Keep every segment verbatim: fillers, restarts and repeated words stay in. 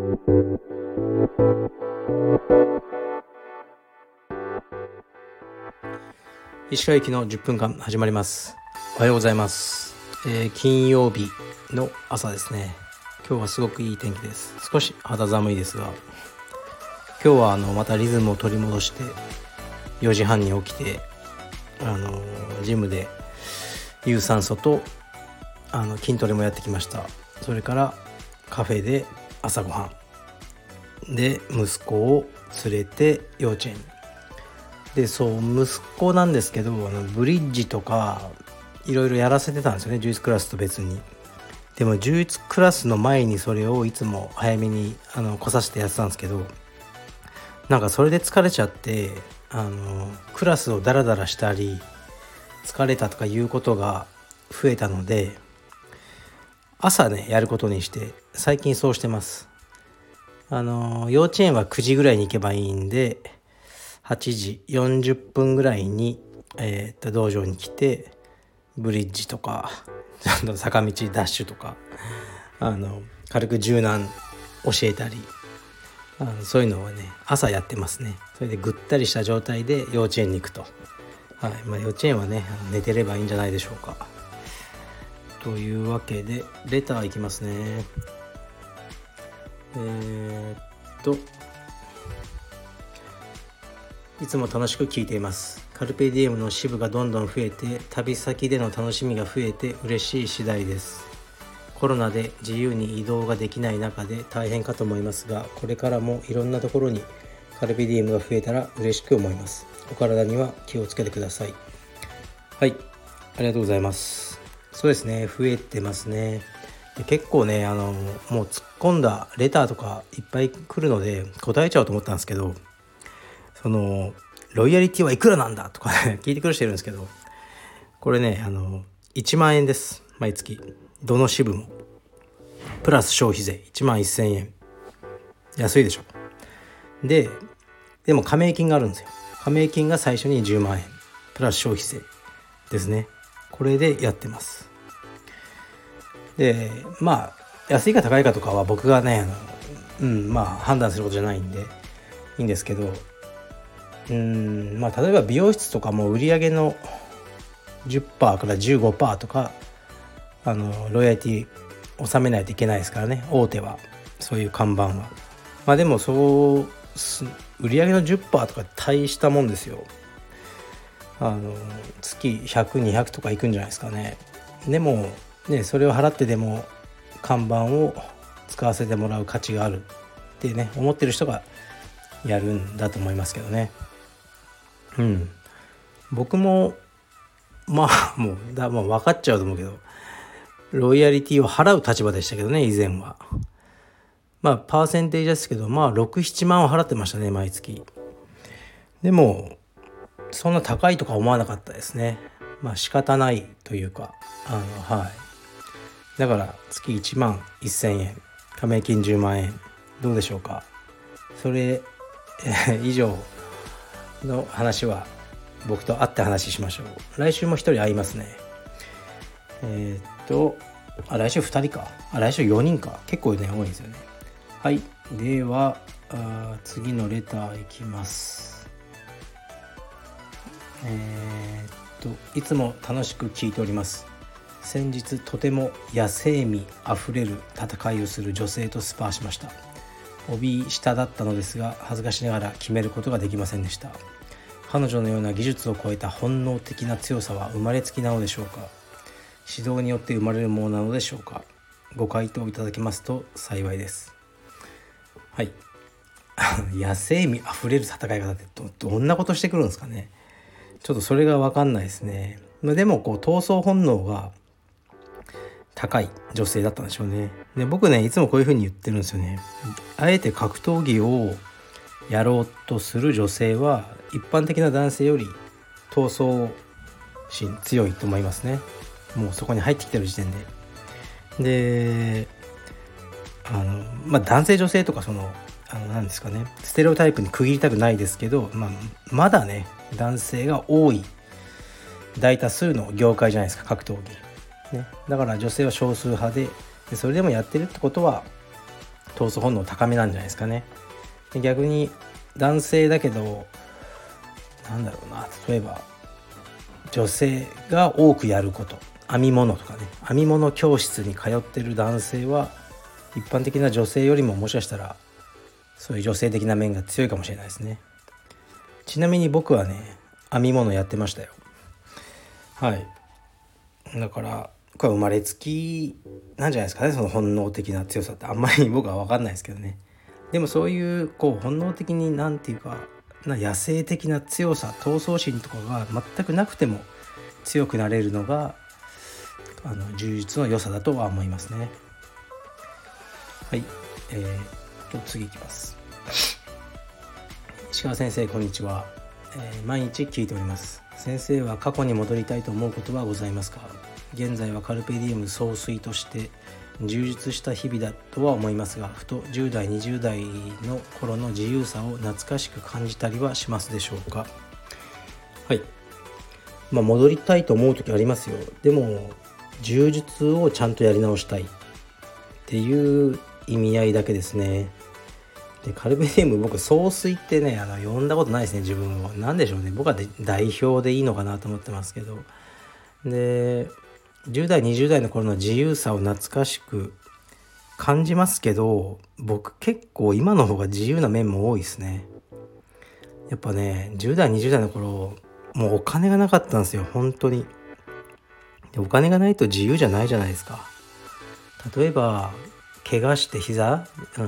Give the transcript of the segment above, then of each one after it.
石川行きのじゅっぷんかん始まります。おはようございます、えー、金曜日の朝ですね。今日はすごくいい天気です。少し肌寒いですが、今日はあのまたリズムを取り戻してよじはんに起きて、あのジムで有酸素とあの筋トレもやってきました。それからカフェで朝ごはんで、息子を連れて幼稚園にで、そう息子なんですけど、あのブリッジとかいろいろやらせてたんですよね、柔術クラスと別に。でも柔術クラスの前にそれをいつも早めにあの来させてやってたんですけど、なんかそれで疲れちゃって、あのクラスをダラダラしたり疲れたとかいうことが増えたので、朝ねやることにして最近そうしてます。あの幼稚園はくじぐらいに行けばいいんで、はちじよんじゅっぷんぐらいに、えー、っと道場に来て、ブリッジとか坂道ダッシュとか、あの軽く柔軟教えたり、あのそういうのをね朝やってますね。それでぐったりした状態で幼稚園に行くと、はい、まあ、幼稚園はね寝てればいいんじゃないでしょうか。というわけでレターいきますね。えー、っといつも楽しく聞いています。カルペディエムの支部がどんどん増えて、旅先での楽しみが増えて嬉しい次第です。コロナで自由に移動ができない中で大変かと思いますが、これからもいろんなところにカルペディエムが増えたら嬉しく思います。お体には気をつけてください。はい、ありがとうございます。そうですね、増えてますね。で結構ね、あのもう突っ込んだレターとかいっぱい来るので答えちゃおうと思ったんですけど、そのロイヤリティはいくらなんだとか、ね、聞いてくる人いるんですけど、これねあのいちまんえんです。毎月どの支部もプラス消費税いちまんせんえん、安いでしょ。ででも加盟金があるんですよ。加盟金が最初にじゅうまんえんプラス消費税ですね。これでやってます。でまあ安いか高いかとかは僕がねあの、うん、まあ判断することじゃないんでいいんですけど、うーんまあ例えば美容室とかも売上の じゅっパーセント から じゅうごパーセント とかあのロイヤリティ納めないといけないですからね、大手は。そういう看板はまあでもそう売上の じゅっパーセント とか大したもんですよ。あの月ひゃく、にひゃくとかいくんじゃないですかね。でもね、それを払ってでも看板を使わせてもらう価値があるってね思ってる人がやるんだと思いますけどね。うん、僕もまあもうだ、まあ、分かっちゃうと思うけど、ロイヤリティを払う立場でしたけどね以前は。まあパーセンテージですけど、まあろく、ななまんを払ってましたね毎月。でもそんな高いとか思わなかったですね。まあ仕方ないというか、あのはいだから月いちまんせんえん、加盟金じゅうまんえん、どうでしょうか。それ、えー、以上の話は僕と会って話しましょう。来週も一人会いますね。えー、っとあ来週ふたりか、あ来週よにんか、結構ね多いですよね。はい、ではあ次のレターいきます。えー、っといつも楽しく聞いております。先日とても野生味あふれる戦いをする女性とスパーしました。帯下だったのですが恥ずかしながら決めることができませんでした。彼女のような技術を超えた本能的な強さは生まれつきなのでしょうか。指導によって生まれるものなのでしょうか。ご回答いただけますと幸いです。はい野生味あふれる戦い方って ど, どんなことしてくるんですかね。ちょっとそれが分かんないですね。でもこう闘争本能が高い女性だったんでしょうね。で僕ねいつもこういう風に言ってるんですよね。あえて格闘技をやろうとする女性は一般的な男性より闘争心強いと思いますね。もうそこに入ってきてる時点で。であのまあ男性女性とかそのあのなんですかね、ステレオタイプに区切りたくないですけど、まあ、まだね男性が多い大多数の業界じゃないですか格闘技、ね、だから女性は少数派で、でそれでもやってるってことは闘争本能高めなんじゃないですかね。で逆に男性だけどなんだろうな、例えば女性が多くやること、編み物とかね、編み物教室に通ってる男性は一般的な女性よりももしかしたらそういう女性的な面が強いかもしれないですね。ちなみに僕はね編み物やってましたよ。はい。だからこれは生まれつきなんじゃないですかね、その本能的な強さって。あんまり僕は分かんないですけどね。でもそういうこう本能的になんていうかな野生的な強さ、闘争心とかが全くなくても強くなれるのがあの柔術の良さだとは思いますね。はい、えー、と次いきます。石川先生こんにちは、えー、毎日聞いております。先生は過去に戻りたいと思うことはございますか？現在はカルペディエム総帥として充実した日々だとは思いますが、ふとじゅう代にじゅう代の頃の自由さを懐かしく感じたりはしますでしょうか？はい、まあ戻りたいと思う時ありますよ。でも柔術をちゃんとやり直したいっていう意味合いだけですね。でカルペディエム僕総帥ってねあの呼んだことないですね。自分をなんでしょうね、僕は代表でいいのかなと思ってますけど、でじゅう代にじゅう代の頃の自由さを懐かしく感じますけど、僕結構今の方が自由な面も多いですね。やっぱねじゅう代にじゅう代の頃もうお金がなかったんですよ本当に。でお金がないと自由じゃないじゃないですか。例えば怪我して膝、うん、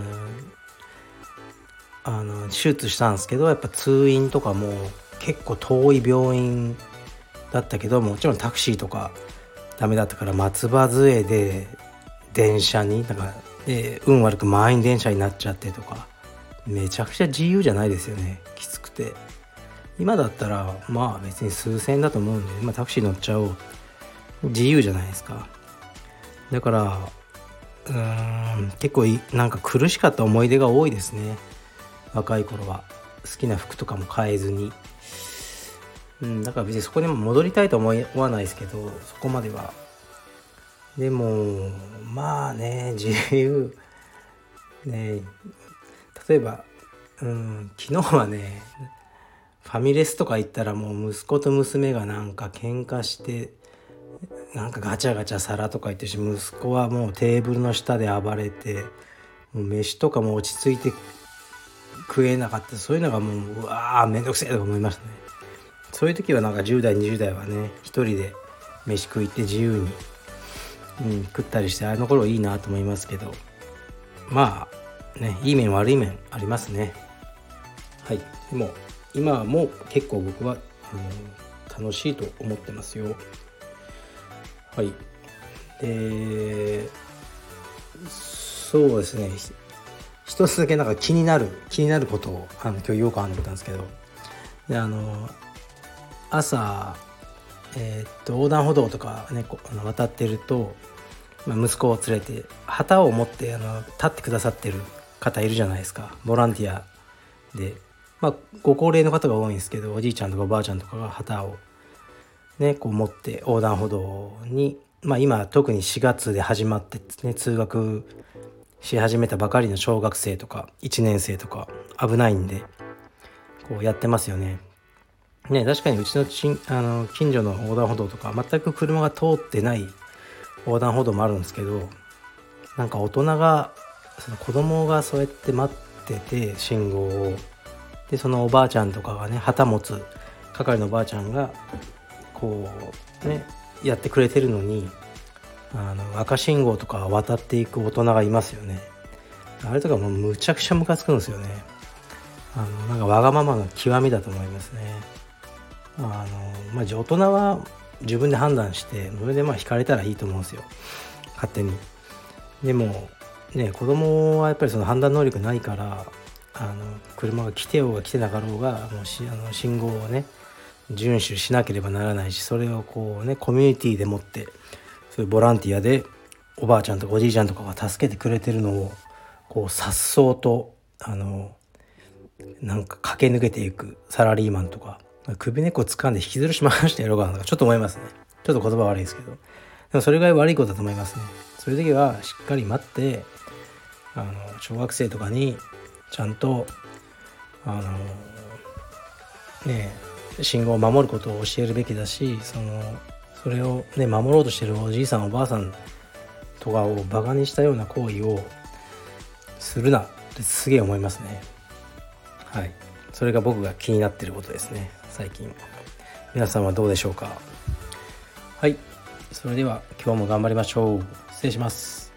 あの手術したんですけど、やっぱ通院とかも結構遠い病院だったけど、もちろんタクシーとかダメだったから松葉杖で電車になんかで運悪く満員電車になっちゃってとか、めちゃくちゃ自由じゃないですよね。きつくて。今だったらまあ別に数千円だと思うんで、まあ、タクシー乗っちゃおう、自由じゃないですか。だからうーん結構なんか苦しかった思い出が多いですね。若い頃は好きな服とかも買えずに、うん、だから別にそこにも戻りたいと思わないですけど、そこまでは。でもまあね自由ね、例えば、うん、昨日はねファミレスとか行ったらもう息子と娘がなんか喧嘩してなんかガチャガチャ皿とか言ってし、息子はもうテーブルの下で暴れて、もう飯とかも落ち着いて食えなかった。そういうのがもううわーめんどくせえとか思いましたね。そういう時はなんかじゅう代にじゅう代はね一人で飯食いって自由に、うん、食ったりして、あの頃いいなと思いますけど、まあねいい面悪い面ありますね。はい。でも今も結構僕はあの楽しいと思ってますよ。はい。でそうですね、一つだけなんか気になる気になることをあの今日言おうかなと思ったんですけど、であの朝、えー、っと横断歩道とかねこあの渡ってると、まあ、息子を連れて旗を持ってあの立ってくださってる方いるじゃないですか。ボランティアで、まあ、ご高齢の方が多いんですけど、おじいちゃんとかおばあちゃんとかが旗をねこう持って横断歩道に、まあ今特にしがつで始まってね通学し始めたばかりの小学生とかいちねん生とか危ないんでこうやってますよね。ね、確かにうちのちあの近所の横断歩道とか全く車が通ってない横断歩道もあるんですけど、なんか大人がその子供がそうやって待ってて信号を、でそのおばあちゃんとかがね旗持つ係のおばあちゃんがこうねやってくれてるのに、あの赤信号とか渡っていく大人がいますよね。あれとかもうむちゃくちゃムカつくんですよね。あのなんかわがままの極みだと思いますね。あのまあ大人は自分で判断してそれでまあ引かれたらいいと思うんですよ、勝手に。でもね子供はやっぱりその判断能力ないから、あの車が来てようが来てなかろうがもうしあの信号をね遵守しなければならないし、それをこうねコミュニティでもってそういうボランティアでおばあちゃんとかおじいちゃんとかが助けてくれてるのをこう颯爽とあのなんか駆け抜けていくサラリーマンとか、首根っこ掴んで引きずるしましてやろうかなとかちょっと思いますね。ちょっと言葉悪いですけど、でもそれぐらい悪いことだと思いますね。そういう時はしっかり待って、 あの小学生とかにちゃんとあのね信号を守ることを教えるべきだし、そのそれをね守ろうとしてるおじいさんおばあさんとかをバカにしたような行為をするなってすげえ思いますね。はい、それが僕が気になってることですね最近。皆さんはどうでしょうか。はい、それでは今日も頑張りましょう。失礼します。